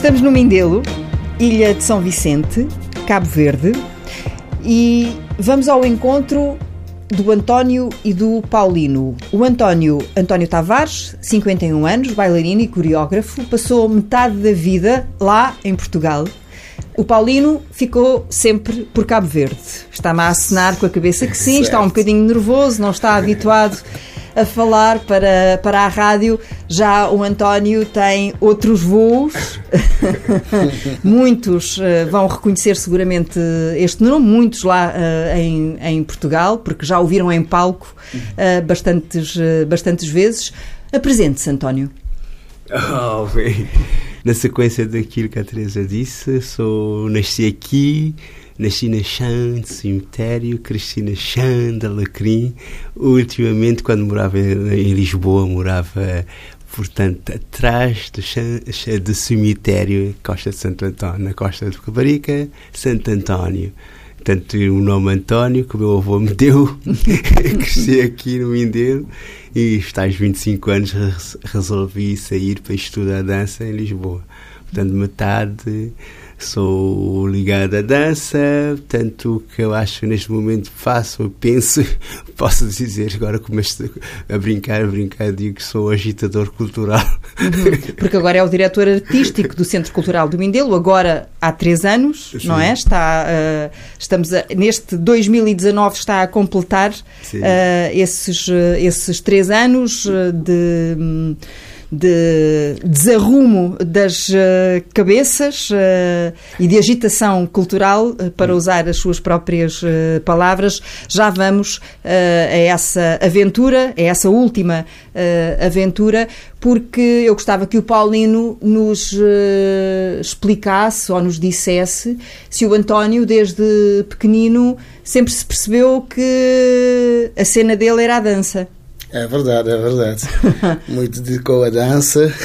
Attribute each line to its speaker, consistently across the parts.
Speaker 1: Estamos no Mindelo, ilha de São Vicente, Cabo Verde, e vamos ao encontro do António e do Paulino. O António Tavares, 51 anos, bailarino e coreógrafo, passou metade da vida lá em Portugal. O Paulino ficou sempre por Cabo Verde. Está-me a acenar com a cabeça que sim, está um bocadinho nervoso, não está habituado a falar para a rádio. Já o António tem outros voos. Muitos vão reconhecer seguramente este nome, muitos lá em Portugal, porque já o viram em palco bastantes vezes. Apresente-se, António.
Speaker 2: Bem, na sequência daquilo que a Teresa disse, nasci aqui, nasci na Chã de Cemitério, cresci na Chã de Alecrim. Ultimamente, quando morava em Lisboa, morava, portanto, atrás do cemitério, Costa de Santo António, na Costa de Caparica, Santo António. Portanto, o nome António, que o meu avô me deu, cresci aqui no Mindelo e, aos 25 anos, resolvi sair para estudar dança em Lisboa. Portanto, metade sou ligado à dança, portanto, o que eu acho que neste momento faço, penso, posso dizer, agora começo a brincar, digo que sou agitador cultural.
Speaker 1: Porque agora é o diretor artístico do Centro Cultural do Mindelo, agora há 3 anos, sim. Não é? Neste 2019 está a completar esses 3 anos de desarrumo das cabeças e de agitação cultural, para usar as suas próprias palavras. Já vamos a essa aventura, a essa última aventura, porque eu gostava que o Paulino nos explicasse ou nos dissesse se o António, desde pequenino, sempre se percebeu que a cena dele era a dança.
Speaker 3: É verdade. Muito dedicou à dança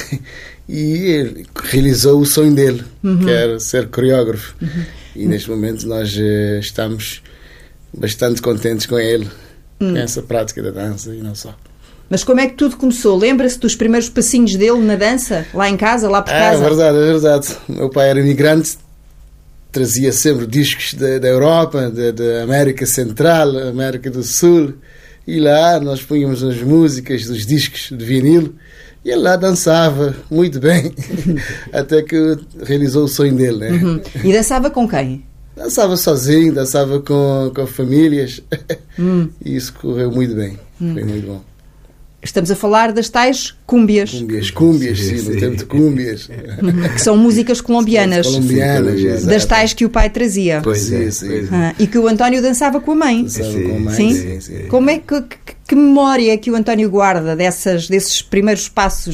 Speaker 3: e realizou o sonho dele, que era ser coreógrafo. E neste momento nós estamos bastante contentes com ele, com essa prática da dança e não só.
Speaker 1: Mas como é que tudo começou? Lembra-se dos primeiros passinhos dele na dança, lá em casa, lá por casa?
Speaker 3: É verdade. O meu pai era imigrante, trazia sempre discos da Europa, da América Central, América do Sul. E lá nós punhamos as músicas dos discos de vinil e ele lá dançava muito bem, até que realizou o sonho dele, né?
Speaker 1: E dançava com quem?
Speaker 3: Dançava sozinho, dançava com famílias. E isso correu muito bem, foi muito bom.
Speaker 1: Estamos a falar das tais cúmbias.
Speaker 3: Cúmbias, sim, no tempo de cúmbias.
Speaker 1: Que são músicas colombianas. Das tais que o pai trazia.
Speaker 3: Pois é.
Speaker 1: E que o António dançava com a mãe.
Speaker 3: Sim.
Speaker 1: Como é que memória é que o António guarda desses primeiros passos,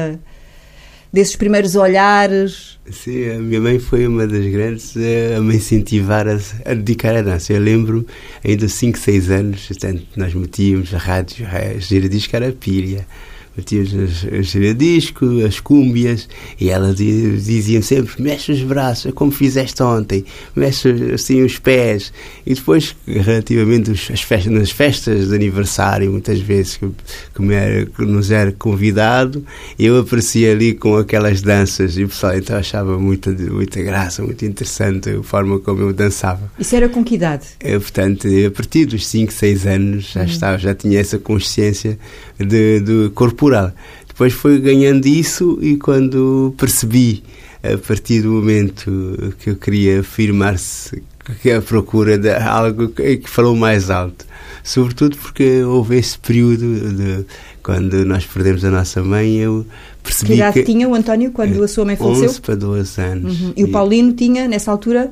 Speaker 1: desses primeiros olhares?
Speaker 2: Sim, a minha mãe foi uma das grandes a me incentivar a dedicar à dança. Eu lembro, ainda 5, 6 anos, portanto, nós metíamos a rádio, a giradisco era a pilha, metíamos a giradisco, as cúmbias, e ela dizia sempre: mexe os braços, é como fizeste ontem, mexe assim os pés. E depois, relativamente nas festas de aniversário, muitas vezes que nos era convidado, eu aparecia ali com aquelas danças e o pessoal então achava muita graça, muito interessante a forma como eu dançava.
Speaker 1: Isso era com que idade?
Speaker 2: Portanto, a partir dos 5, 6 anos já tinha essa consciência de corporal. Depois foi ganhando isso, e quando percebi, a partir do momento que eu queria afirmar-se, que a procura de algo que falou mais alto, sobretudo porque houve esse período de quando nós perdemos a nossa mãe. Eu percebi
Speaker 1: que idade tinha o António quando a sua mãe faleceu?
Speaker 2: 11 para 12 anos.
Speaker 1: E o Paulino tinha, nessa altura?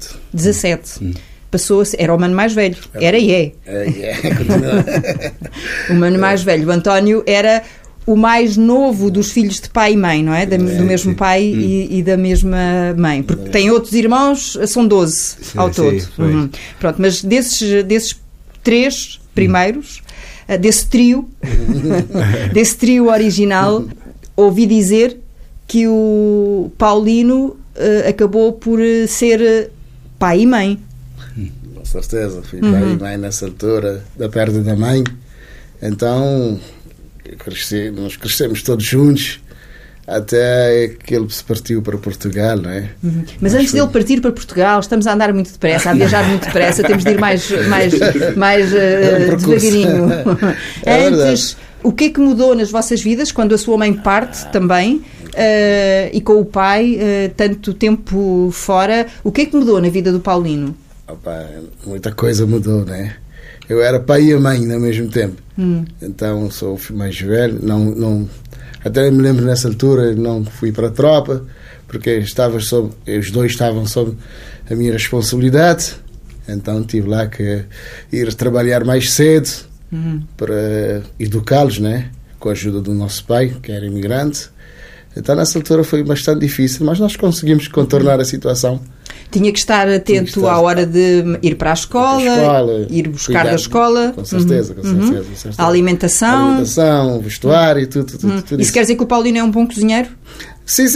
Speaker 3: 17.
Speaker 1: Era o mano mais velho. Era e é.
Speaker 3: Continua.
Speaker 1: O mano mais velho. O António era o mais novo dos filhos de pai e mãe, não é? Do mesmo pai e da mesma mãe. Porque tem outros irmãos, são 12 ao todo. Pronto, mas desses 3 primeiros, desse trio original, ouvi dizer que o Paulino acabou por ser pai e mãe.
Speaker 3: Com certeza, fui pai e mãe nessa altura, da perda da mãe. Então nós crescemos todos juntos, até que ele se partiu para Portugal, não é?
Speaker 1: Mas antes dele partir para Portugal, estamos a andar muito depressa, a viajar muito depressa, temos de ir mais devagarinho. Antes, o que é que mudou nas vossas vidas quando a sua mãe parte também, e com o pai, tanto tempo fora? O que é que mudou na vida do Paulino?
Speaker 3: Opa, muita coisa mudou, né? Eu era pai e mãe ao mesmo tempo. Então sou o filho mais velho, até me lembro nessa altura, não fui para a tropa, porque os dois estavam sob a minha responsabilidade, então tive lá que ir trabalhar mais cedo para educá-los, né? Com a ajuda do nosso pai, que era imigrante. Então nessa altura foi bastante difícil, mas nós conseguimos contornar a situação.
Speaker 1: Tinha que estar atento à hora de ir para a escola, ir buscar da escola.
Speaker 3: Com certeza, com certeza.
Speaker 1: A alimentação.
Speaker 3: O vestuário, tudo
Speaker 1: isso quer dizer que o Paulino é um bom cozinheiro?
Speaker 3: Sim.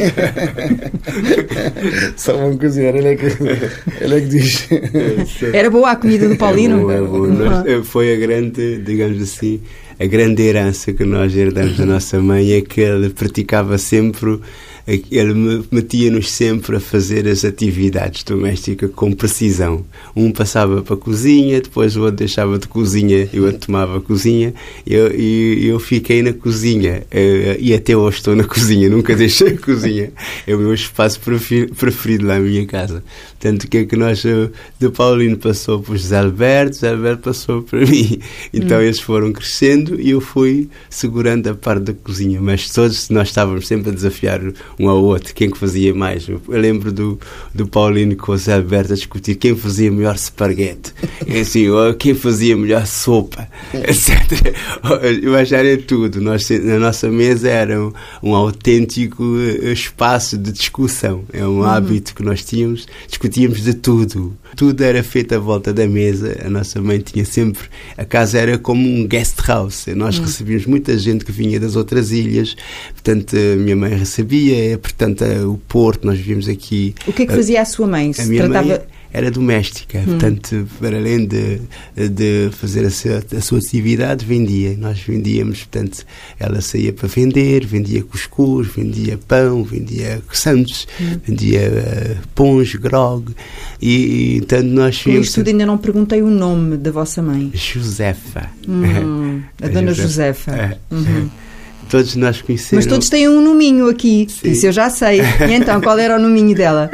Speaker 3: Só um bom cozinheiro, ele é que diz.
Speaker 1: Era boa a comida do Paulino?
Speaker 2: É boa. Foi a grande, digamos assim, a grande herança que nós herdamos da nossa mãe, é que ele praticava sempre, ele metia-nos sempre a fazer as atividades domésticas com precisão. Um passava para a cozinha, depois o outro deixava de cozinha e o outro tomava a cozinha, e eu fiquei na cozinha, e até hoje estou na cozinha, nunca deixei a cozinha. É o meu espaço preferido lá na minha casa. Portanto, o que é que nós, do Paulino passou para o José Alberto passou para mim. Então eles foram crescendo e eu fui segurando a parte da cozinha, mas todos nós estávamos sempre a desafiar um ao outro, quem que fazia mais. Eu lembro do Paulino com o José Alberto a discutir quem fazia melhor esparguete, assim, ou quem fazia melhor sopa, etc. Mas era tudo. Na nossa mesa era um autêntico espaço de discussão. É um hábito que nós tínhamos. Discutíamos de tudo. Tudo era feito à volta da mesa. A nossa mãe tinha sempre... A casa era como um guest house. Nós recebíamos muita gente que vinha das outras ilhas. Portanto, a minha mãe recebia. Portanto, o Porto, nós vivíamos aqui.
Speaker 1: O que é que fazia a sua mãe?
Speaker 2: A minha mãe era doméstica. Portanto, para além de fazer a sua atividade, vendia. Nós vendíamos. Portanto, ela saía para vender. Vendia cuscuz, vendia pão, vendia sandes, vendia pães, grog. E então nós
Speaker 1: vimos... Isto tudo ainda não perguntei o nome da vossa mãe.
Speaker 2: Josefa.
Speaker 1: A dona Josefa.
Speaker 2: Todos nós conhecemos.
Speaker 1: Mas todos têm um nominho aqui. Sim. Isso eu já sei. E então, qual era o nominho dela?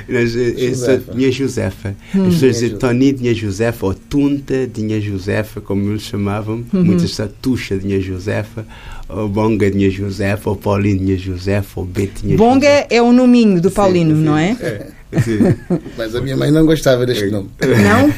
Speaker 2: Dinha Josefa. As pessoas dizem Toni Dinha Josefa, ou Tunta Dinha Josefa, como eles chamavam. Muitas Tuxa Dinha Josefa, ou Bonga Dinha Josefa, ou Paulino Dinha Josefa, ou Beto Dinha Josefa.
Speaker 1: Bonga é o nominho do Paulino, não é?
Speaker 3: Sim. Mas a minha mãe não gostava deste nome.
Speaker 1: Não?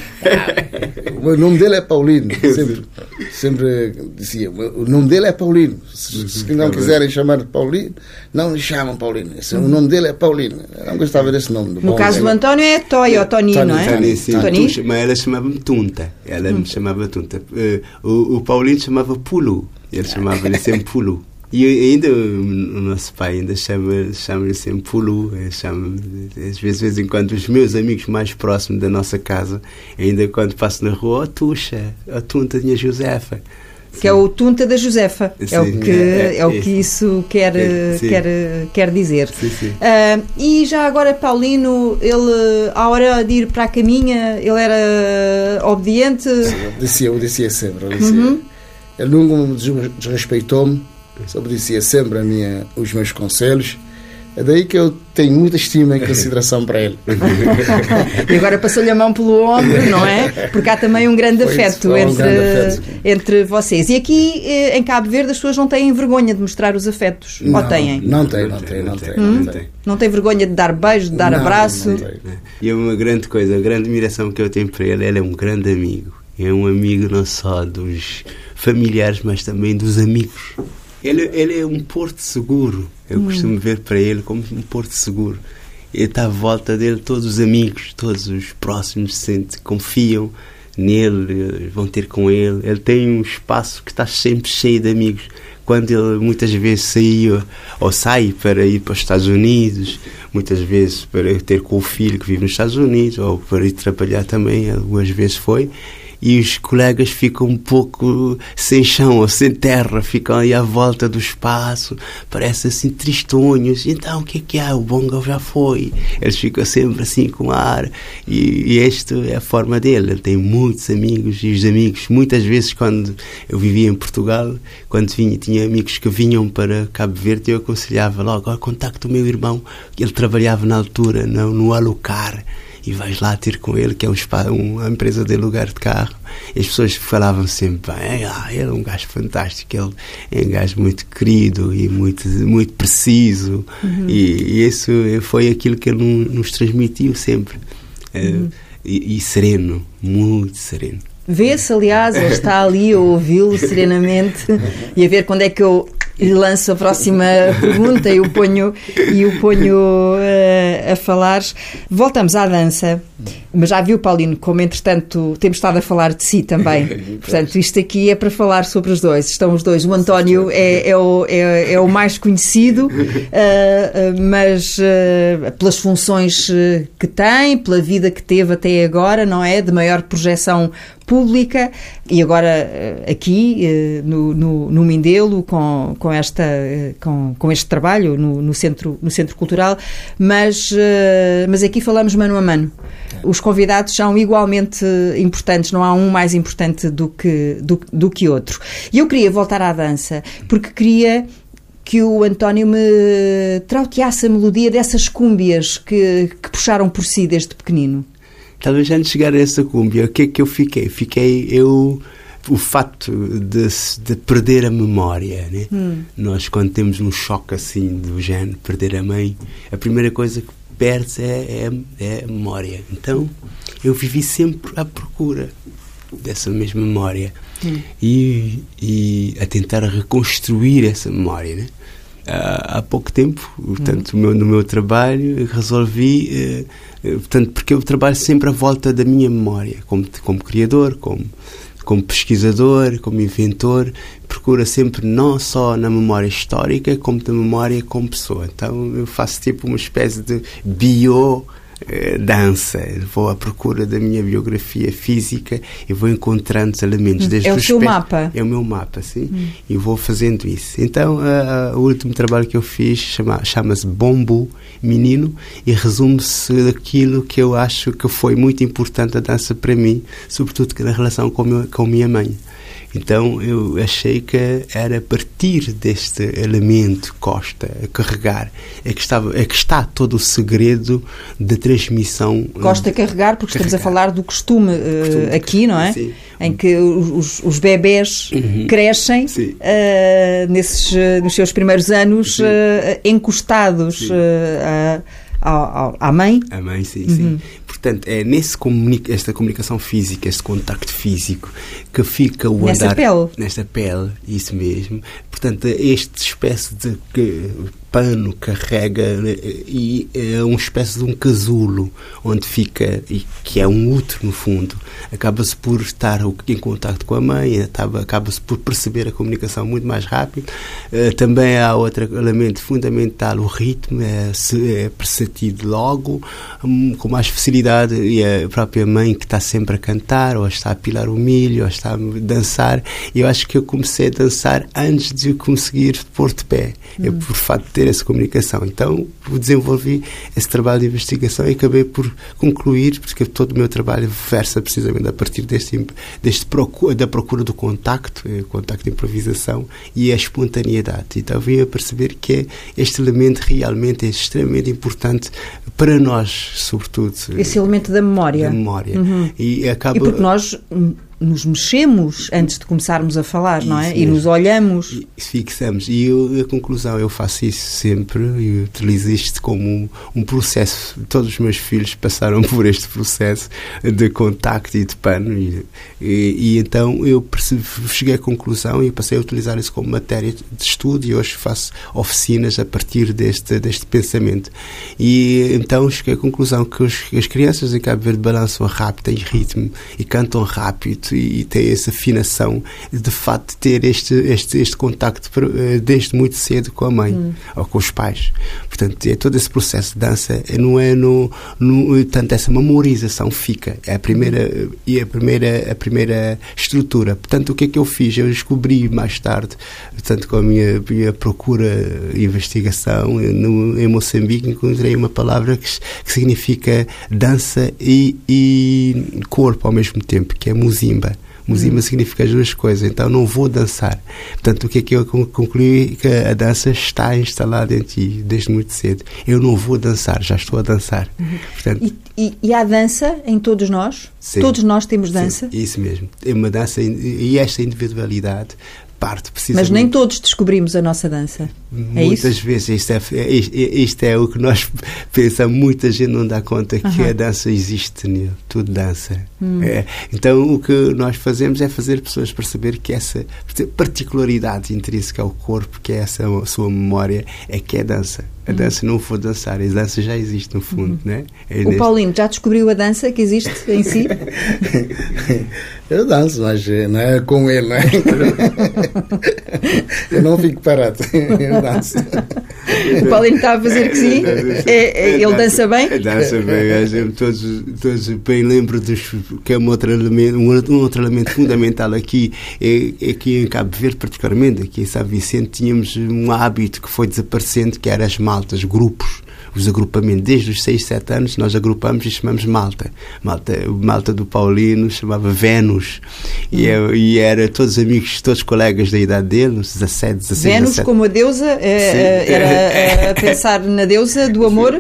Speaker 3: O nome dele é Paulino. Sempre dizia, o nome dele é Paulino. Se não quiserem chamar de Paulino, não lhe chamam Paulino. O nome dele é Paulino. Eu não gostava desse nome.
Speaker 1: No caso do António é Toy ou Toni, não é?
Speaker 2: Toni, sim. Mas ela chamava-me Tunta. Ela me chamava Tunta. O Paulino chamava Pulu. Ele chamava-lhe sempre Pulu. E ainda o nosso pai ainda chama-lhe sempre Pulu. Às vezes em quando os meus amigos mais próximos da nossa casa, ainda quando passo na rua, Tuxa, a Tunta Dinha Josefa.
Speaker 1: Que é o Tunta da Josefa. Sim, é o que isso quer dizer.
Speaker 2: Sim.
Speaker 1: E já agora, Paulino, ele, à hora de ir para a caminha, ele era obediente?
Speaker 3: Sim, obedecia sempre. Ele nunca desrespeitou-me. Obedecia sempre os meus conselhos. É daí que eu tenho muita estima e consideração para ele.
Speaker 1: E agora passou-lhe a mão pelo ombro, não é? Porque há também um grande afeto entre vocês. E aqui em Cabo Verde as pessoas não têm vergonha de mostrar os afetos?
Speaker 3: Não,
Speaker 1: ou têm?
Speaker 3: Não tem.
Speaker 1: Não tem vergonha de dar beijo, de dar abraço?
Speaker 3: Não tem.
Speaker 2: E é uma grande coisa, a grande admiração que eu tenho para ele. Ele é um grande amigo. É um amigo não só dos familiares, mas também dos amigos. Ele é um porto seguro. Eu costumo ver para ele como um porto seguro. Ele está à volta dele, todos os amigos, todos os próximos confiam nele, vão ter com ele. Ele tem um espaço que está sempre cheio de amigos. Quando ele muitas vezes sai para ir para os Estados Unidos, muitas vezes para ter com o filho que vive nos Estados Unidos, ou para ir trabalhar também, algumas vezes foi. e os colegas ficam um pouco sem chão ou sem terra, ficam aí à volta do espaço, parecem assim tristonhos. Então, o que é? O bongo já foi. Eles ficam sempre assim com ar, e esta é a forma dele. Ele tem muitos amigos, e os amigos, muitas vezes, quando eu vivia em Portugal, quando tinha amigos que vinham para Cabo Verde, eu aconselhava logo: contacta o meu irmão, ele trabalhava na altura no Alucar, e vais lá ter com ele, que é uma empresa de alugar de carro. E as pessoas falavam sempre: ele é um gajo fantástico, ele é um gajo muito querido e muito, muito preciso. E isso foi aquilo que ele nos transmitiu sempre. E sereno, muito sereno.
Speaker 1: Vê-se, aliás, ele está ali a ouvi-lo serenamente e a ver quando é que eu lhe lanço a próxima pergunta e o ponho a falar. Voltamos à dança, mas já viu, Paulino, como entretanto temos estado a falar de si também. Portanto, isto aqui é para falar sobre os dois. Estão os dois. O António é o mais conhecido, mas pelas funções que tem, pela vida que teve até agora, não é? De maior projeção pública, e agora aqui no Mindelo com este trabalho no Centro Cultural, mas aqui falamos mano a mano. Os convidados são igualmente importantes, não há um mais importante do que outro. E eu queria voltar à dança, porque queria que o António me trauteasse a melodia dessas cúmbias que puxaram por si desde pequenino.
Speaker 2: Talvez antes de chegar a essa cúmbia, o que é que eu fiquei? O fato de perder a memória, né? Nós, quando temos um choque assim do género, perder a mãe, a primeira coisa que perdes é a memória. Então, eu vivi sempre à procura dessa mesma memória e a tentar reconstruir essa memória, né? Há pouco tempo, portanto, no meu trabalho, resolvi, portanto, porque eu trabalho sempre à volta da minha memória, como criador, como pesquisador, como inventor, procura sempre não só na memória histórica, como na memória como pessoa. Então, eu faço tipo uma espécie de dança, vou à procura da minha biografia física e vou encontrando os elementos.
Speaker 1: É o seu mapa?
Speaker 2: É o meu mapa, sim. E vou fazendo isso. Então, o último trabalho que eu fiz chama-se Bombo Menino, e resume-se daquilo que eu acho que foi muito importante a dança para mim, sobretudo na relação com minha mãe. Então eu achei que era a partir deste elemento Costa a carregar é que está todo o segredo da transmissão.
Speaker 1: Costa a carregar, porque estamos a falar do costume aqui, não é?
Speaker 2: Sim.
Speaker 1: Em que os bebés crescem nos seus primeiros anos encostados à mãe.
Speaker 2: A mãe, sim. Portanto, é esta comunicação física, este contacto físico que fica o andar... Nesta pele, isso mesmo. Portanto, esta espécie de pano carrega e é uma espécie de um casulo onde fica, e que é um útero no fundo, acaba-se por estar em contacto com a mãe, acaba-se por perceber a comunicação muito mais rápido. Também há outro elemento fundamental, o ritmo é perceptido logo, com mais facilidade, e a própria mãe que está sempre a cantar, ou está a pilar o milho, ou está a dançar. Eu acho que eu comecei a dançar antes de conseguir pôr de pé, por fato de ter essa comunicação. Então desenvolvi esse trabalho de investigação e acabei por concluir, porque todo o meu trabalho versa precisamente a partir da procura do contacto de improvisação e a espontaneidade. Então vim a perceber que este elemento realmente é extremamente importante para nós, sobretudo.
Speaker 1: Esse elemento da memória. E porque nós nos mexemos antes de começarmos a falar, isso, não é? E nos olhamos.
Speaker 2: E fixamos. E a conclusão, eu faço isso sempre e utilizo isto como um processo. Todos os meus filhos passaram por este processo de contacto e de pano. E então eu cheguei à conclusão e passei a utilizar isso como matéria de estudo, e hoje faço oficinas a partir deste pensamento. E então cheguei à conclusão que as crianças em Cabo Verde balançam rápido, têm ritmo e cantam rápido, e tem essa afinação de facto ter este contacto desde muito cedo com a mãe ou com os pais. Portanto, todo esse processo de dança não é tanto essa memorização fica. É a primeira estrutura. Portanto, o que é que eu fiz? Eu descobri mais tarde, portanto, com a minha procura e investigação em Moçambique, encontrei uma palavra que significa dança e corpo ao mesmo tempo, que é muzimba. Muzimba significa as duas coisas, então não vou dançar. Portanto, o que é que eu concluí? Que a dança está instalada em ti desde muito cedo. Eu não vou dançar, já estou a dançar. Portanto,
Speaker 1: e há dança em todos nós?
Speaker 2: Sim.
Speaker 1: Todos nós temos dança?
Speaker 2: Sim, isso mesmo. É uma dança, e esta individualidade parte precisamente...
Speaker 1: Mas nem todos descobrimos a nossa dança.
Speaker 2: Muitas vezes isto é o que nós pensamos, muita gente não dá conta que a dança existe nele, tudo dança. Então o que nós fazemos é fazer pessoas perceber que essa particularidade intrínseca ao corpo, que é essa a sua memória, é que é dança. A dança não vou dançar, a dança já existe no fundo, né?
Speaker 1: O Paulinho já descobriu a dança que existe em si?
Speaker 3: Eu danço, mas não é com ele, não é? Eu não fico parado, eu danço.
Speaker 1: O Paulinho está a fazer que sim? Ele dança bem?
Speaker 2: Dança bem, todos bem lembro que é um outro elemento fundamental aqui em Cabo Verde, particularmente aqui em São Vicente, tínhamos um hábito que foi desaparecendo, que era as maltas, grupos. Os agrupamentos, desde os 6, 7 anos nós agrupamos e chamamos malta do Paulino chamava Vênus e era todos amigos, todos colegas da idade dele, uns 17, 16,
Speaker 1: Vênus
Speaker 2: 17.
Speaker 1: Como a deusa, era a pensar na deusa do amor.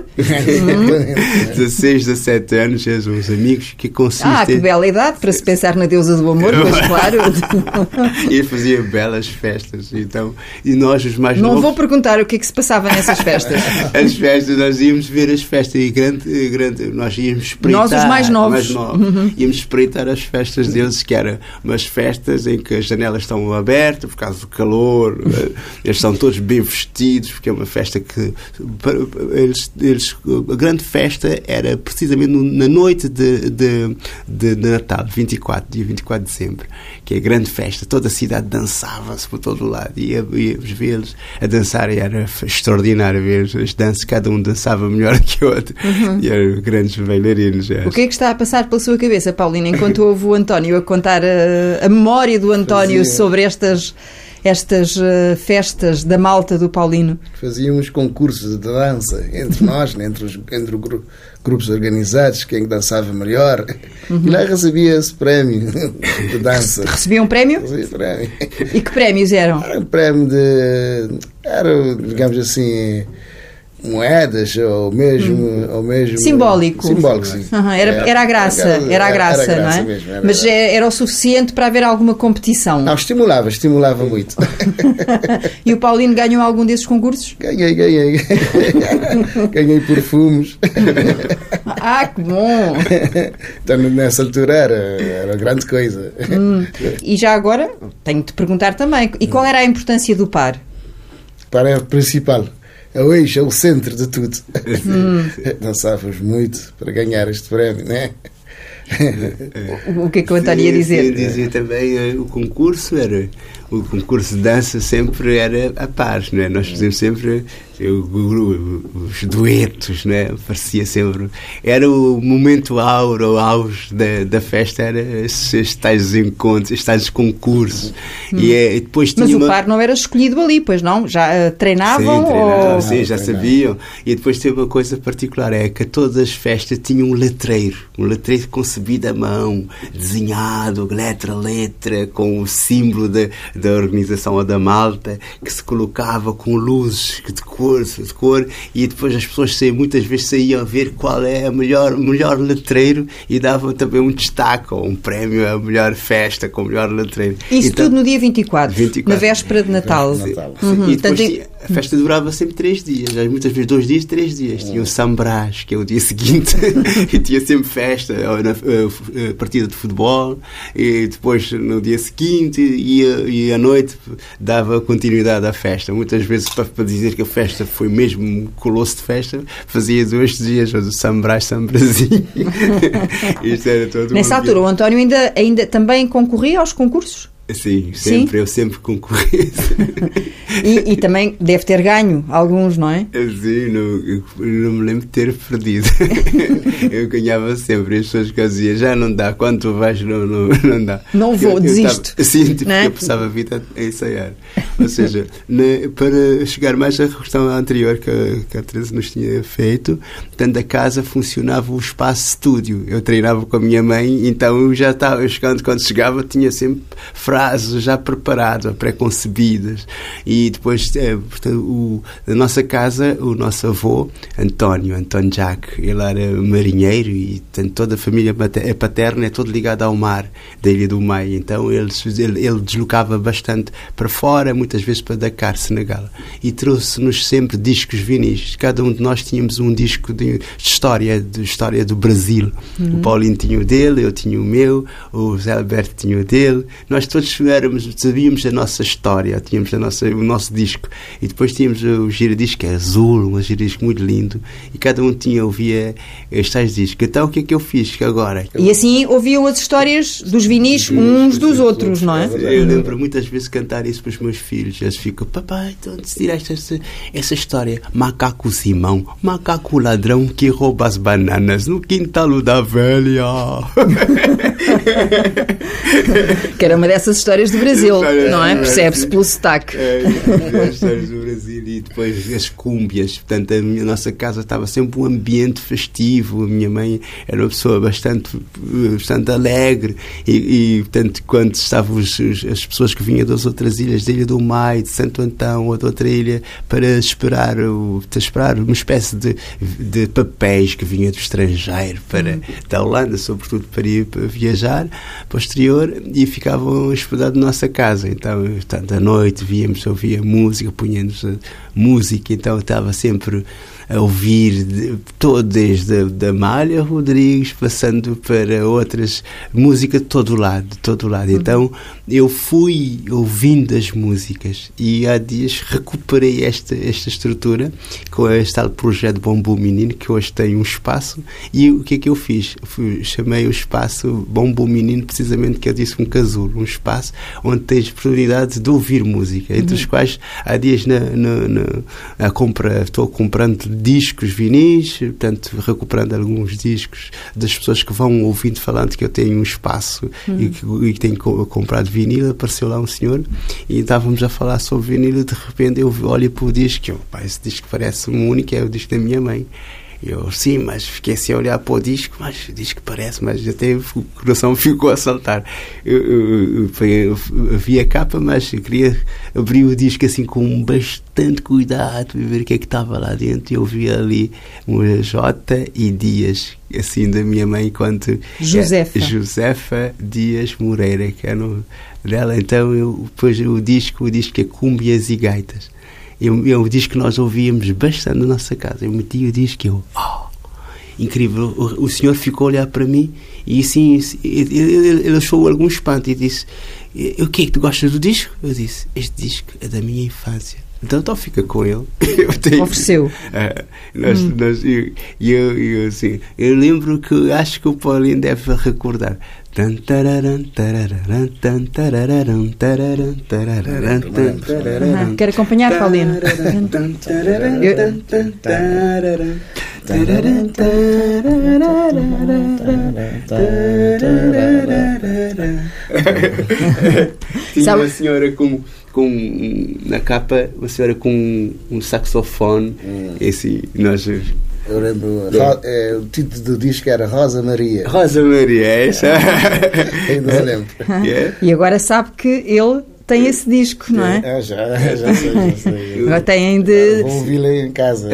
Speaker 2: 16, 17 anos, uns amigos que consistem...
Speaker 1: que bela idade para se pensar na deusa do amor, pois claro.
Speaker 2: E fazia belas festas, então, e nós os mais novos...
Speaker 1: Não vou perguntar o que é que se passava nessas festas.
Speaker 2: As festas, nós íamos ver as festas e nós íamos espreitar.
Speaker 1: Nós, os mais novos.
Speaker 2: Íamos espreitar as festas deles, que eram umas festas em que as janelas estão abertas por causa do calor, eles estão todos bem vestidos, porque é uma festa que a grande festa era precisamente na noite de Natal, dia 24 de dezembro, que é a grande festa, toda a cidade dançava-se por todo o lado, e íamos vê-los a dançar, e era extraordinário ver as danças, cada um dançava melhor que o outro, e eram grandes bailarinos.
Speaker 1: O que é que está a passar pela sua cabeça, Paulina, enquanto ouve o António a contar a memória do António sobre estas festas da malta do Paulino?
Speaker 3: Fazíamos concursos de dança entre nós, entre os grupos organizados, quem dançava melhor, e lá recebia-se prémio de dança.
Speaker 1: Recebia um prémio?
Speaker 3: Recebia prémio.
Speaker 1: E que prémios eram?
Speaker 3: Era um prémio era, digamos assim, moedas ou mesmo
Speaker 1: simbólico,
Speaker 3: sim.
Speaker 1: Era a graça, não é?
Speaker 3: Mesmo,
Speaker 1: mas era o suficiente para haver alguma competição?
Speaker 3: Não, estimulava muito.
Speaker 1: E o Paulino ganhou algum desses concursos?
Speaker 3: Ganhei perfumes.
Speaker 1: Que bom.
Speaker 3: Então nessa altura era grande coisa.
Speaker 1: E já agora tenho de perguntar também, e qual era a importância do par?
Speaker 3: O par é o principal. É o eixo, é o centro de tudo. Dançávamos muito para ganhar este prémio, não é?
Speaker 1: O que é que eu estaria a dizer?
Speaker 2: Dizia também o concurso de dança sempre era a pares, não é? Nós fazíamos sempre os duetos, não é? Parecia sempre... Era o momento auge da festa, era estes tais encontros, estes tais concursos. E depois
Speaker 1: mas o par não era escolhido ali, pois não? Já treinavam?
Speaker 2: Sim, já sabiam. E depois teve uma coisa particular, é que todas as festas tinham um letreiro concebido à mão, desenhado, letra a letra, com o símbolo da organização ou da malta, que se colocava com luzes de cor, e depois as pessoas muitas vezes saíam a ver qual é o melhor letreiro e davam também um destaque ou um prémio à melhor festa com o melhor letreiro.
Speaker 1: Isso então, tudo no dia 24, na véspera de Natal.
Speaker 2: E depois a festa durava sempre 3 dias, muitas vezes 2 dias, 3 dias. Tinha o Sambrás, que é o dia seguinte, e tinha sempre festa, partida de futebol, e depois no dia seguinte e à noite dava continuidade à festa. Muitas vezes, para dizer que a festa foi mesmo colosso de festa, fazia 2 dias, o Sambrás, Isto era todo.
Speaker 1: Nessa altura o António ainda também concorria aos concursos?
Speaker 2: Sim, sempre. Sim? Eu sempre concorri.
Speaker 1: E também deve ter ganho alguns, não é?
Speaker 2: Sim, não me lembro de ter perdido. Eu ganhava sempre. As pessoas que diziam, já não dá, quando tu vais, não dá.
Speaker 1: Não vou, desisto.
Speaker 2: Sim, tipo, eu passava a vida a ensaiar. Ou seja, para chegar mais à questão anterior que a Teresa nos tinha feito, portanto, a casa funcionava o espaço estúdio. Eu treinava com a minha mãe, então eu já estava, quando chegava, tinha sempre frases já preparadas, pré-concebidas. E depois, portanto, a nossa casa, o nosso avô, António Jacques, ele era marinheiro e portanto, toda a família paterna é toda ligada ao mar da Ilha do Maio. Então ele deslocava bastante para fora, muitas vezes para Dakar, Senegal. E trouxe-nos sempre discos vinis. Cada um de nós tínhamos um disco de história do Brasil. O Paulinho tinha o dele, eu tinha o meu, o Zé Alberto tinha o dele. Nós todos sabíamos a nossa história, tínhamos o nosso disco. E depois tínhamos o giradisco, que é azul, um giradisco muito lindo, e cada um ouvia estes discos. Então o que é que eu fiz agora?
Speaker 1: E assim ouviam as histórias dos vinis uns dos outros, não é?
Speaker 2: Eu lembro muitas vezes cantar isso para os meus filhos. Eles ficam, papai, então tiraste essa história. Macaco Simão, macaco ladrão que rouba as bananas no quintal da velha.
Speaker 1: Que era uma dessas histórias do Brasil, não é? Percebe-se pelo sotaque.
Speaker 2: As histórias do Brasil e depois as cúmbias. Portanto, a nossa casa estava sempre um ambiente festivo. A minha mãe era uma pessoa bastante alegre e portanto, quando estavam as pessoas que vinham das outras ilhas, da Ilha do Maio, de Santo Antão ou de outra ilha, para esperar uma espécie de papéis que vinha do estrangeiro, da Holanda, sobretudo, para ir para viajar para o exterior, e ficavam hospedados na nossa casa. Então, à noite ouvia música, punha-nos música, então estava sempre a ouvir desde da Amália Rodrigues, passando para outras, música de todo lado. Então eu fui ouvindo as músicas e há dias recuperei esta estrutura com este tal projeto Bombo Menino, que hoje tem um espaço. E o que é que eu fiz? Chamei o espaço Bombo Menino, precisamente, que eu disse, um casulo, um espaço onde tens oportunidade de ouvir música, entre os quais há dias estou comprando discos vinis, portanto recuperando alguns discos das pessoas que vão ouvindo, falando que eu tenho um espaço e que tenho comprado vinil. Apareceu lá um senhor e estávamos a falar sobre vinil e de repente eu olho para o disco e esse disco parece-me único, é o disco da minha mãe. Eu, sim, mas fiquei assim a olhar para o disco, mas o disco parece, mas até o coração ficou a saltar. Eu vi a capa, mas eu queria abrir o disco assim com bastante cuidado para ver o que é que estava lá dentro. E eu vi ali uma J e Dias, assim, da minha mãe, enquanto Josefa Dias Moreira, que é dela. Então, depois o disco é Cúmbias e Gaitas. O disco que nós ouvíamos bastante na nossa casa. Eu meti o disco e incrível. O senhor ficou a olhar para mim e assim, ele achou algum espanto e disse, o que é que tu gostas do disco? Eu disse, este disco é da minha infância. Então fica com ele.
Speaker 1: Ofereceu.
Speaker 2: Eu lembro que acho que o Paulinho deve recordar.
Speaker 1: Quero acompanhar, Paulino.
Speaker 2: Tinha uma senhora na capa, uma senhora com um saxofone.
Speaker 3: Eu lembro, o título do disco era Rosa Maria.
Speaker 2: Rosa Maria, é essa?
Speaker 3: Ainda lembro.
Speaker 1: E agora sabe que ele tem esse disco, não é?
Speaker 3: Já sei.
Speaker 1: Agora têm de...
Speaker 3: Vou ouvi-lo em casa.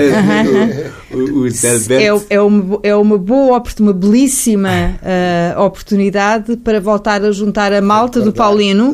Speaker 1: É uma boa, uma belíssima oportunidade para voltar a juntar a malta do Paulino.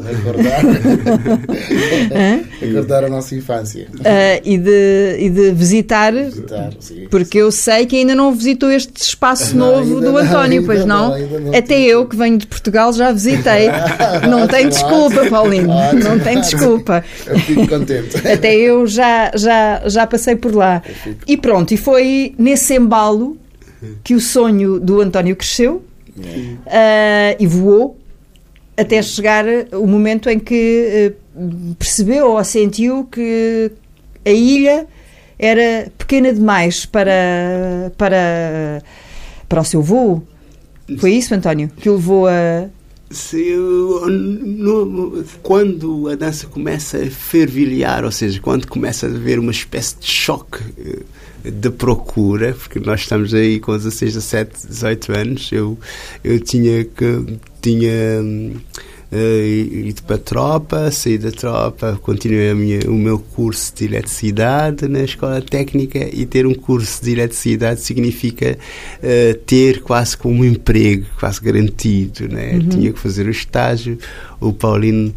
Speaker 3: Recordar a nossa infância.
Speaker 1: E de visitar,
Speaker 3: sim.
Speaker 1: Porque eu sei que ainda não visitou este espaço novo do António, pois não? Até eu, que venho de Portugal, já visitei. Não tem desculpa, Paulino. Não tem desculpa.
Speaker 3: Eu fico contente.
Speaker 1: Até eu já passei por lá. E pronto, e foi nesse embalo que o sonho do António cresceu e voou até chegar o momento em que percebeu ou sentiu que a ilha era pequena demais para o seu voo. Foi isso, António, que o levou a...
Speaker 2: Quando a dança começa a fervilhar, ou seja, quando começa a haver uma espécie de choque de procura, porque nós estamos aí com 16, 17, 18 anos, eu tinha ido para a tropa, saí da tropa, continuei o meu curso de eletricidade na escola técnica, e ter um curso de eletricidade significa ter quase como um emprego, quase garantido, né? Tinha que fazer o estágio. O Paulino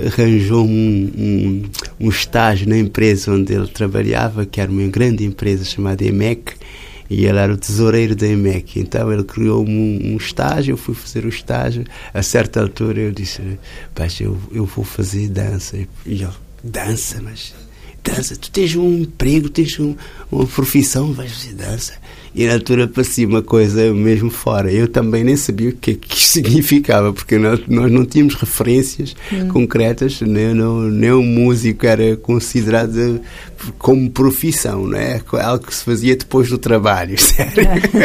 Speaker 2: arranjou-me um estágio na empresa onde ele trabalhava, que era uma grande empresa chamada EMEC, e ele era o tesoureiro da EMEC. Então ele criou-me um estágio, eu fui fazer o estágio. A certa altura eu disse: pai, eu vou fazer dança. E ele: dança? Mas dança? Tu tens um emprego, tens uma profissão, vais fazer dança? E na altura parecia uma coisa mesmo fora. Eu também nem sabia o que é que isto significava, porque nós não tínhamos referências concretas, nem o músico era considerado como profissão, não é? Algo que se fazia depois do trabalho, certo?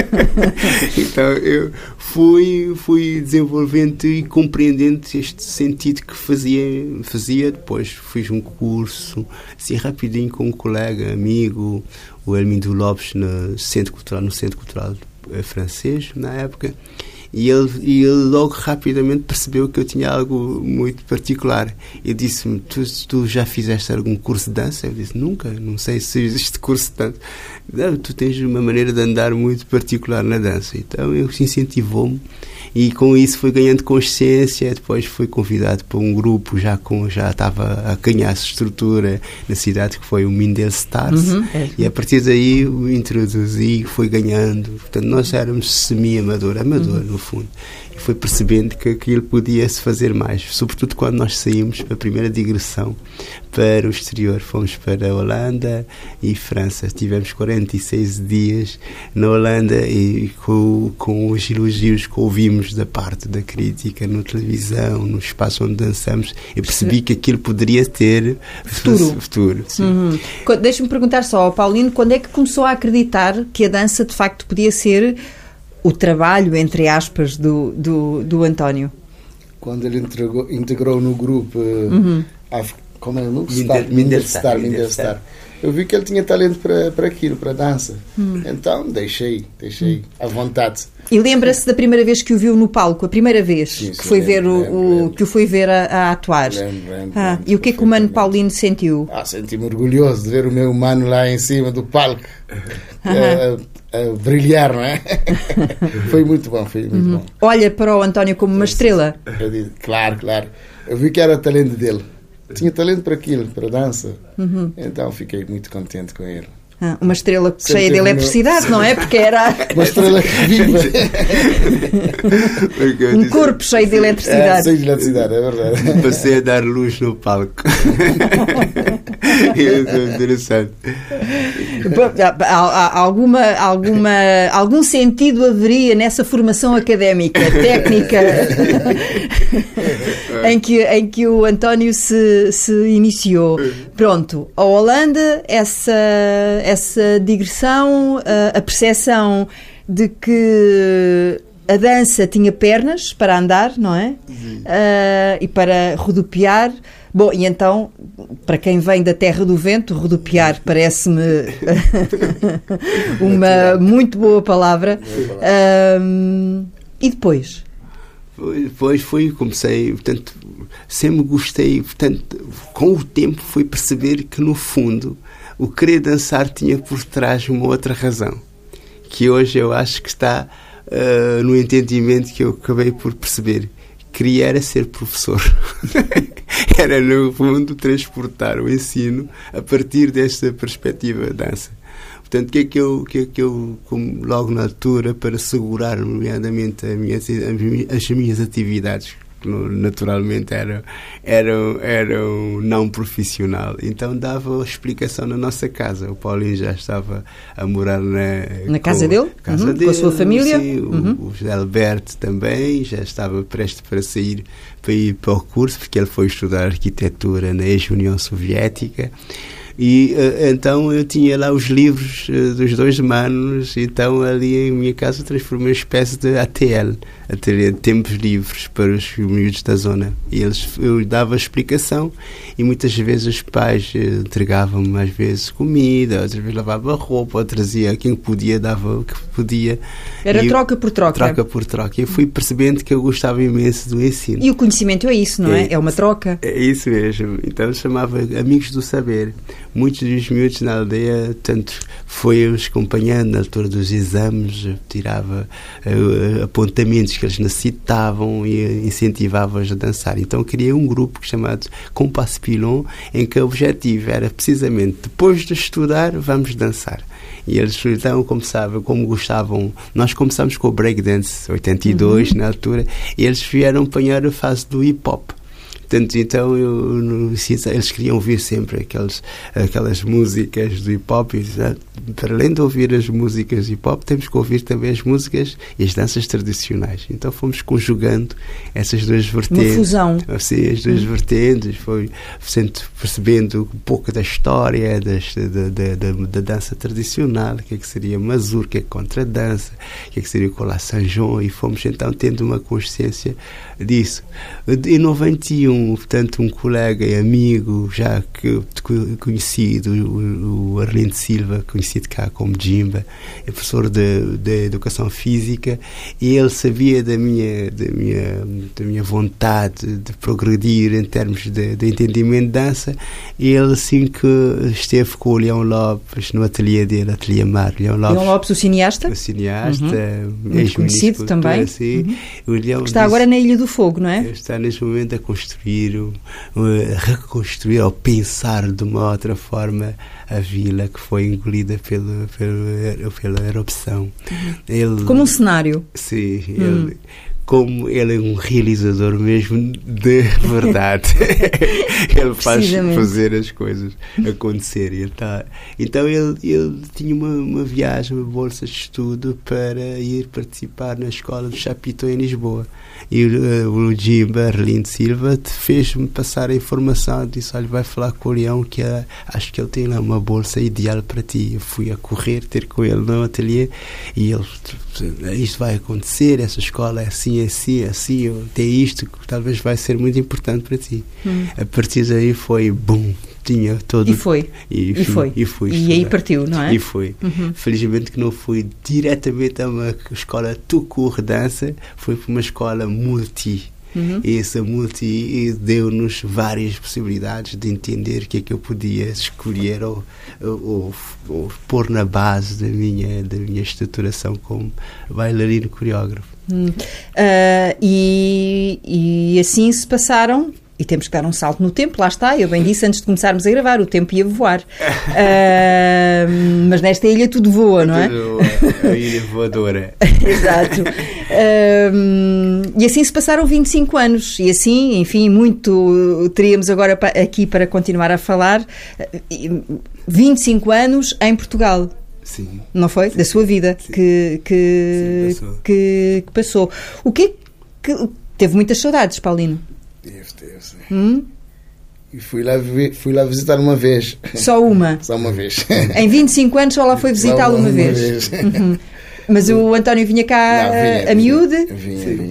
Speaker 2: Então eu fui desenvolvendo e compreendendo este sentido que fazia. Depois fiz um curso assim rapidinho com um colega, amigo, o Hermínio Lopes, no Centro Cultural francês, na época, e ele logo rapidamente percebeu que eu tinha algo muito particular. Ele disse-me: tu já fizeste algum curso de dança? Eu disse: nunca, não sei se existe curso de dança. Não, tu tens uma maneira de andar muito particular na dança. Então ele incentivou-me, e com isso fui ganhando consciência. Depois fui convidado para um grupo, já estava a ganhar estrutura na cidade, que foi o Mindel Stars, e a partir daí o introduzi, fui ganhando. Portanto, nós éramos semi-amador, no fundo, e fui percebendo que aquilo podia-se fazer mais, sobretudo quando nós saímos para a primeira digressão para o exterior. Fomos para a Holanda e França. Tivemos 46 dias na Holanda, e com os elogios que ouvimos da parte da crítica na televisão, no espaço onde dançamos, eu percebi que aquilo poderia ter futuro. Sim.
Speaker 1: Deixa-me perguntar só ao Paulino, quando é que começou a acreditar que a dança de facto podia ser o trabalho, entre aspas, do António?
Speaker 3: Quando ele integrou no grupo como é o nome? Mindel Star. Eu vi que ele tinha talento para aquilo, para a dança. Então deixei à vontade.
Speaker 1: E lembra-se da primeira vez que o viu no palco? A primeira vez que foi ver que o foi ver a atuar?
Speaker 3: Lembro.
Speaker 1: E o que é que o Mano Paulino sentiu?
Speaker 3: Senti-me orgulhoso de ver o meu mano lá em cima do palco a brilhar, não é? Foi muito bom, bom.
Speaker 1: Olha para o António como uma estrela.
Speaker 3: Eu disse, claro. Eu vi que era o talento dele. Tinha talento para aquilo, para a dança. Então fiquei muito contente com ele.
Speaker 1: Uma estrela cheia de eletricidade, não é? Porque era...
Speaker 3: Uma estrela viva.
Speaker 1: Um corpo cheio de eletricidade.
Speaker 3: Cheio de eletricidade, é verdade.
Speaker 2: Passei a dar luz no palco. É interessante.
Speaker 1: Algum sentido haveria nessa formação académica, técnica, em que o António se iniciou. Pronto, a Holanda, essa digressão, a percepção de que a dança tinha pernas para andar, não é? E para rodopiar. Bom, e então, para quem vem da terra do vento, rodopiar parece-me uma muito boa palavra. E depois?
Speaker 2: Depois comecei, portanto, sempre gostei, portanto, com o tempo fui perceber que, no fundo, o querer dançar tinha por trás uma outra razão, que hoje eu acho que está no entendimento que eu acabei por perceber. Queria era ser professor. Era, no fundo, transportar o ensino a partir desta perspectiva da dança. Portanto, o que é que eu logo na altura, para segurar, nomeadamente, as minhas atividades que naturalmente era um não profissional. Então dava explicação na nossa casa. O Paulinho já estava a morar
Speaker 1: na casa dele, com a sua família.
Speaker 2: Sim, o José Alberto também já estava prestes para sair, para ir para o curso, porque ele foi estudar arquitetura na ex-União Soviética. E então eu tinha lá os livros dos dois manos, então ali em minha casa transformei uma espécie de ATL, Ateliê de Tempos Livres, para os miúdos da zona. E eu dava explicação e muitas vezes os pais entregavam-me às vezes comida, outras vezes lavava roupa, ou trazia quem podia, dava o que podia.
Speaker 1: Era troca por troca.
Speaker 2: Troca por troca. E eu fui percebendo que eu gostava imenso do ensino.
Speaker 1: E o conhecimento é isso, não é? É uma troca.
Speaker 2: É isso mesmo. Então eu chamava Amigos do Saber. Muitos dos miúdos na aldeia, tanto foi-os acompanhando na altura dos exames, tirava apontamentos que eles necessitavam e incentivava-os a dançar. Então criei um grupo chamado Compasso Pilon, em que o objetivo era precisamente, depois de estudar, vamos dançar. E eles então começavam, como gostavam, nós começámos com o breakdance, 82 na altura, e eles vieram apanhar a fase do hip-hop. Portanto, então eles queriam ouvir sempre aquelas músicas do hip-hop. Para além de ouvir as músicas do hip-hop, temos que ouvir também as músicas e as danças tradicionais. Então fomos conjugando essas duas vertentes.
Speaker 1: Uma fusão.
Speaker 2: Assim, as duas vertentes, foi percebendo um pouco da história da dança tradicional, o que é que seria mazurca, contradança, o que é que seria o Colá São João, e fomos então tendo uma consciência disso. Em 91, portanto, um colega e amigo já que conhecido, o Arlindo Silva, conhecido cá como Jimba, é professor de Educação Física, e ele sabia da minha vontade de progredir em termos de entendimento de dança, e ele, assim que esteve com o Leão Lopes no ateliê dele, Ateliê Mar, Leão
Speaker 1: Lopes, o cineasta?
Speaker 2: O cineasta,
Speaker 1: muito conhecido também.
Speaker 2: Assim, o Leão
Speaker 1: está agora na Ilha do Fogo, não é?
Speaker 2: Está neste momento a reconstruir ou pensar de uma outra forma a vila que foi engolida pela erupção. Ele,
Speaker 1: como um cenário.
Speaker 2: Sim, como ele é um realizador mesmo de verdade. Ele faz fazer as coisas acontecerem. Então ele tinha uma viagem, uma bolsa de estudo para ir participar na escola do Chapitão em Lisboa. E o Jimba Arlindo Silva fez-me passar a informação, disse: olha, vai falar com o Leão, que acho que ele tem lá uma bolsa ideal para ti. Eu fui a correr, ter com ele no ateliê, e ele: isto vai acontecer, essa escola é assim, tem isto que talvez vai ser muito importante para ti. A partir daí foi boom, tinha todo.
Speaker 1: E foi.
Speaker 2: E fui.
Speaker 1: E aí partiu, não é?
Speaker 2: E fui. Felizmente que não fui diretamente a uma escola Tucur dança, fui para uma escola multi. E essa multi deu-nos várias possibilidades de entender o que é que eu podia escolher ou pôr na base da minha estruturação como bailarino coreógrafo.
Speaker 1: E assim se passaram. E temos que dar um salto no tempo, lá está, eu bem disse antes de começarmos a gravar, o tempo ia voar. Mas nesta ilha tudo voa, não é?
Speaker 2: A ilha voadora.
Speaker 1: Exato. E assim se passaram 25 anos, e assim, enfim, muito teríamos agora aqui para continuar a falar. 25 anos em Portugal.
Speaker 2: Sim.
Speaker 1: Não foi? Da sua vida.
Speaker 2: Sim.
Speaker 1: Que passou. O que teve muitas saudades, Paulino?
Speaker 3: Sim. E fui lá visitar uma vez.
Speaker 1: Só uma?
Speaker 3: Só uma vez.
Speaker 1: Em 25 anos só lá foi visitá-lo uma vez. Mas o António vinha cá a miúde?
Speaker 3: Vinha.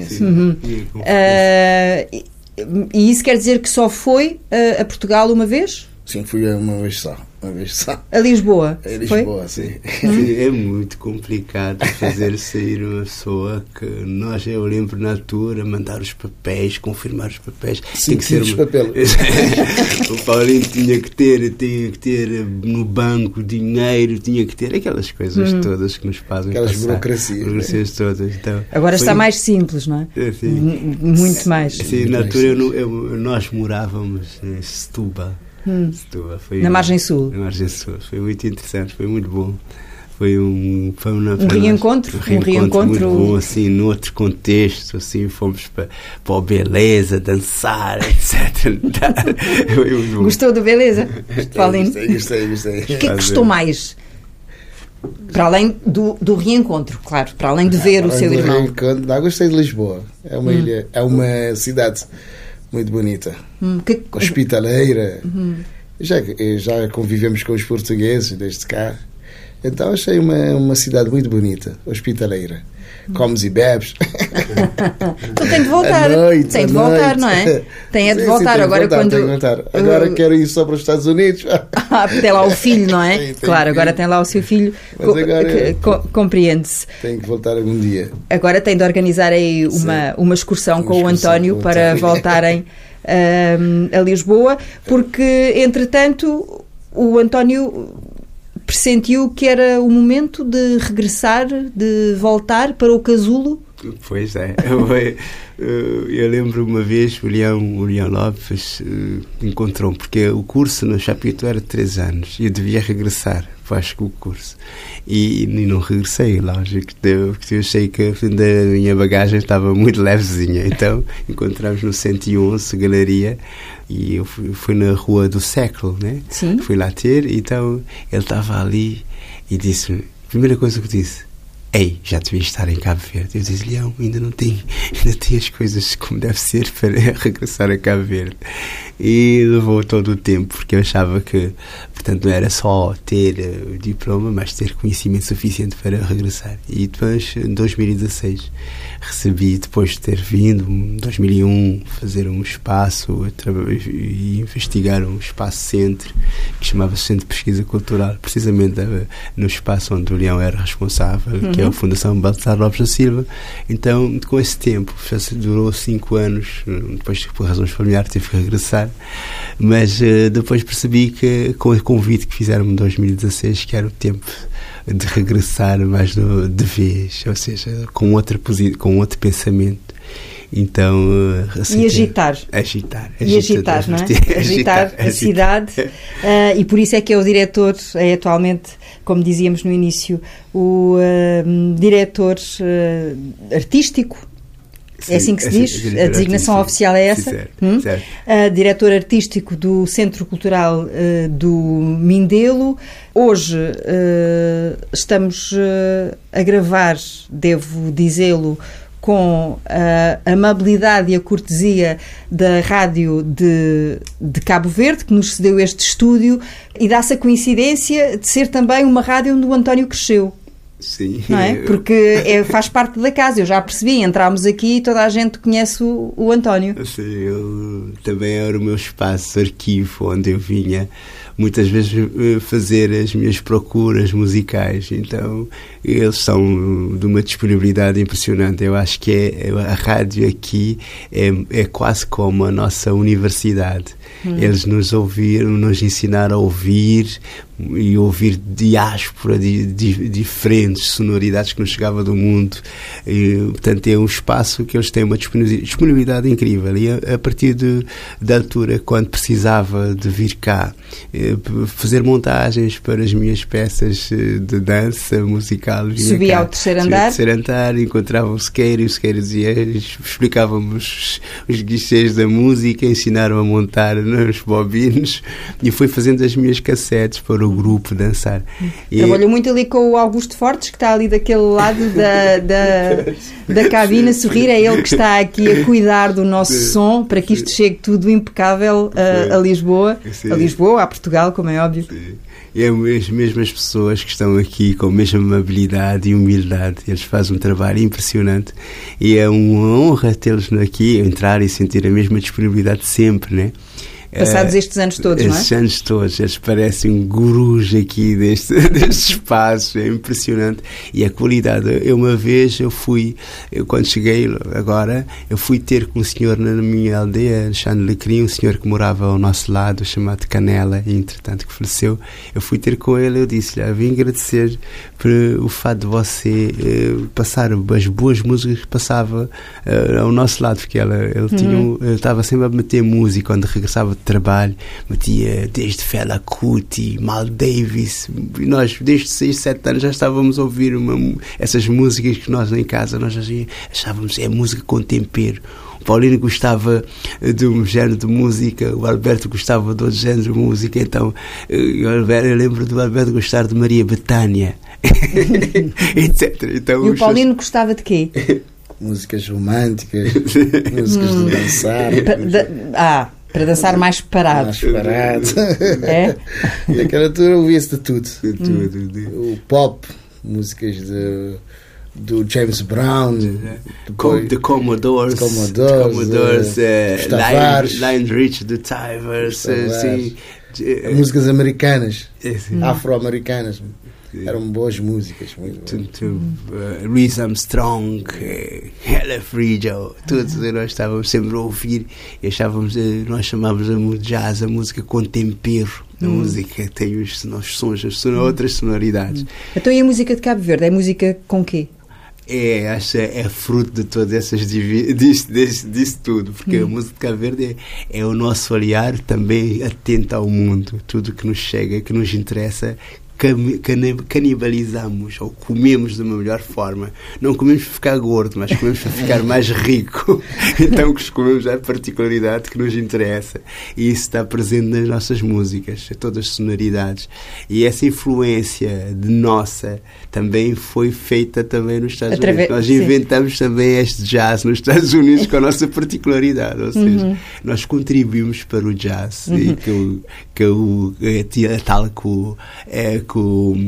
Speaker 1: E isso quer dizer que só foi a Portugal uma vez?
Speaker 3: Sim, fui uma vez só.
Speaker 1: A Lisboa?
Speaker 3: A Lisboa, sim.
Speaker 2: É muito complicado fazer sair uma pessoa que eu lembro na altura, mandar os papéis, confirmar os papéis.
Speaker 3: Sim,
Speaker 2: tem que ser
Speaker 3: papel.
Speaker 2: O Paulinho tinha que ter no banco dinheiro, tinha que ter aquelas coisas todas que nos fazem
Speaker 3: aquelas
Speaker 2: passar.
Speaker 3: burocracias
Speaker 2: todas. Então,
Speaker 1: agora está mais simples, não é? Muito mais.
Speaker 2: Sim, na altura nós morávamos em Setúbal.
Speaker 1: Na margem sul.
Speaker 2: Na margem sul. Foi muito interessante, foi muito bom. Foi um
Speaker 1: reencontro
Speaker 2: muito bom, assim, noutro contexto, assim, fomos para o Beleza, dançar, etc.
Speaker 1: Gostou do Beleza?
Speaker 3: Gostei.
Speaker 1: O que é que gostou mais? Para além do reencontro, claro, para além de ver o seu irmão.
Speaker 3: Gostei de Lisboa. É uma ilha, é uma cidade muito bonita. Hospitaleira. Já convivemos com os portugueses desde cá. Então achei uma cidade muito bonita, hospitaleira. Comes e bebes.
Speaker 1: Então tem de voltar. Tem de voltar, não é? Tem de voltar.
Speaker 3: Agora quero ir só para os Estados Unidos.
Speaker 1: Tem lá o filho, não é? Claro, agora tem lá o seu filho. Compreende-se.
Speaker 3: Tem que voltar algum dia.
Speaker 1: Agora tem de organizar aí uma excursão com o António para voltarem a Lisboa, porque, entretanto, o António pressentiu que era o momento de regressar, de voltar para o casulo.
Speaker 2: Pois é. Eu lembro uma vez o Leão Lopes encontrou-me, porque o curso no Chapito era 3 anos e eu devia regressar para o curso. E não regressei, lógico, porque eu achei que a minha bagagem estava muito levezinha. Então encontramos no 111 Galeria e eu fui na Rua do Século, né?
Speaker 1: Sim.
Speaker 2: Fui lá ter, então ele estava ali e disse-me, a primeira coisa que eu disse: ei, já devia estar em Cabo Verde. Eu disse: Leão, ainda tem as coisas como deve ser para regressar a Cabo Verde. E levou todo o tempo, porque eu achava que, portanto, não era só ter o diploma, mas ter conhecimento suficiente para regressar. E depois, em 2016, recebi, depois de ter vindo, em 2001, fazer um espaço e investigar um espaço-centro que chamava-se Centro de Pesquisa Cultural, precisamente no espaço onde o Leão era responsável, que é a Fundação Baltasar Lopes da Silva. Então, com esse tempo, durou 5 anos, depois, por razões familiares, tive que regressar, mas depois percebi que, com o convite que fizeram em 2016, que era o tempo de regressar mais de vez, ou seja, com outro pensamento. Então,
Speaker 1: e agitar, não é? Agitar a cidade. E por isso é que é o diretor, é atualmente, como dizíamos no início, o diretor artístico. Sim, é assim que se diz? A designação oficial é essa?
Speaker 2: Certo.
Speaker 1: Diretor artístico do Centro Cultural do Mindelo. Hoje estamos a gravar, devo dizê-lo, com a amabilidade e a cortesia da rádio de Cabo Verde, que nos cedeu este estúdio, e dá-se a coincidência de ser também uma rádio onde o António cresceu.
Speaker 2: Sim.
Speaker 1: Não é? Porque faz parte da casa, eu já percebi, entramos aqui e toda a gente conhece o António.
Speaker 2: Sim, também era o meu espaço, arquivo, onde eu vinha muitas vezes fazer as minhas procuras musicais. Então eles são de uma disponibilidade impressionante. Eu acho que a rádio aqui é quase como a nossa universidade. Eles nos ensinaram a ouvir e ouvir diáspora de diferentes sonoridades que nos chegava do mundo. E, portanto, é um espaço que eles têm uma disponibilidade incrível. E a partir da altura, quando precisava de vir cá fazer montagens para as minhas peças de dança musical,
Speaker 1: subia ao terceiro
Speaker 2: andar, encontrava o Sequeiro, e o Sequeiro dizia, explicava-me os guichês da música, ensinaram a montar nos bobinos, e fui fazendo as minhas cassetes para o grupo dançar.
Speaker 1: Trabalhou muito ali com o Augusto Fortes, que está ali daquele lado da cabine a sorrir. É ele que está aqui a cuidar do nosso som, para que isto chegue tudo impecável a Lisboa. Sim. A Lisboa, a Portugal, como é óbvio.
Speaker 2: Sim. E é as mesmas pessoas que estão aqui com a mesma amabilidade e humildade. Eles fazem um trabalho impressionante e é uma honra tê-los aqui, entrar e sentir a mesma disponibilidade sempre, né?
Speaker 1: Passados estes anos todos, não é?
Speaker 2: Estes anos todos, eles parecem gurus aqui deste espaço, é impressionante. E a qualidade, uma vez quando cheguei agora, eu fui ter com um senhor na minha aldeia, Alexandre Lecrim, um senhor que morava ao nosso lado, chamado Canela, e entretanto que faleceu. Eu fui ter com ele, eu disse-lhe, vim agradecer por o fato de você passar as boas músicas que passava ao nosso lado, porque ele estava sempre a meter música quando regressava de trabalho, metia desde Fela Kuti, Miles Davis, e nós desde 6, 7 anos já estávamos a ouvir essas músicas que nós em casa nós achávamos é música com tempero. O Paulino gostava de um género de música, o Alberto gostava de outro género de música, então eu lembro do Alberto gostar de Maria Bethânia, etc. Então,
Speaker 1: e o Paulino gostava de quê?
Speaker 3: Músicas românticas, músicas de dançar.
Speaker 1: Para dançar mais parado.
Speaker 3: Mais parado.
Speaker 1: É?
Speaker 3: E naquela altura ouvia-se de tudo.
Speaker 2: De tudo.
Speaker 3: O pop, músicas do James Brown,
Speaker 2: The Commodores, Lionel Richie, The Tivers,
Speaker 3: músicas americanas, afro-americanas. Eram boas músicas.
Speaker 2: Louis Armstrong, Ella Fitzgerald, todos nós estávamos sempre a ouvir e nós chamávamos a jazz a música com tempero. A música tem os sons, outras sonoridades.
Speaker 1: Então, e a música de Cabo Verde? É música com quê?
Speaker 2: Acho é fruto de todas essas disso tudo, porque a música de Cabo Verde é o nosso olhar também atento ao mundo, tudo que nos chega, que nos interessa. Canibalizamos ou comemos de uma melhor forma. Não comemos para ficar gordo, mas comemos para ficar mais rico. Então comemos a particularidade que nos interessa, e isso está presente nas nossas músicas, todas as sonoridades, e essa influência de nossa também foi feita também nos Estados Unidos. Nós inventamos também este jazz nos Estados Unidos com a nossa particularidade, ou seja, nós contribuímos para o jazz, e tal que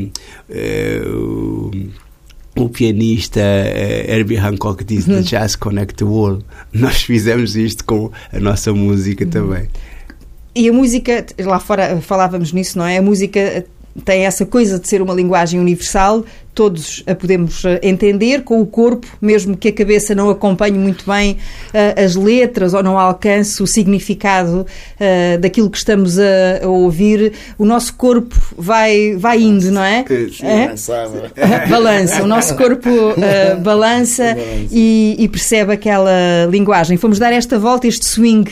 Speaker 2: o pianista Herbie Hancock diz, The Jazz Connect the World. Nós fizemos isto com a nossa música também.
Speaker 1: E a música, lá fora falávamos nisso, não é? A música tem essa coisa de ser uma linguagem universal, todos a podemos entender com o corpo, mesmo que a cabeça não acompanhe muito bem as letras ou não alcance o significado daquilo que estamos a ouvir, o nosso corpo vai indo, não é? Balança, o nosso corpo balança e percebe aquela linguagem. Fomos dar esta volta, este swing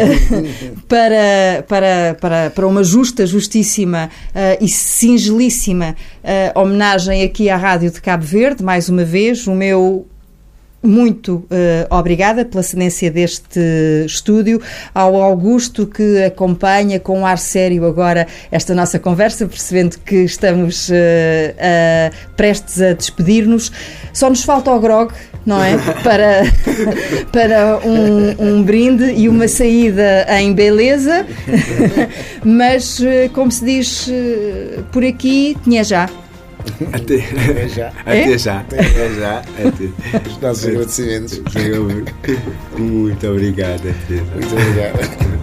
Speaker 1: para uma justíssima e singelíssima homenagem aqui à Rádio de Cabo Verde, mais uma vez, o meu muito obrigada pela cedência deste estúdio, ao Augusto que acompanha com um ar sério agora esta nossa conversa, percebendo que estamos prestes a despedir-nos. Só nos falta o grog, não é? Para um brinde e uma saída em beleza, mas como se diz por aqui, tinha já.
Speaker 2: Até já.
Speaker 3: Os nossos agradecimentos.
Speaker 2: Muito obrigado.
Speaker 3: Muito obrigado.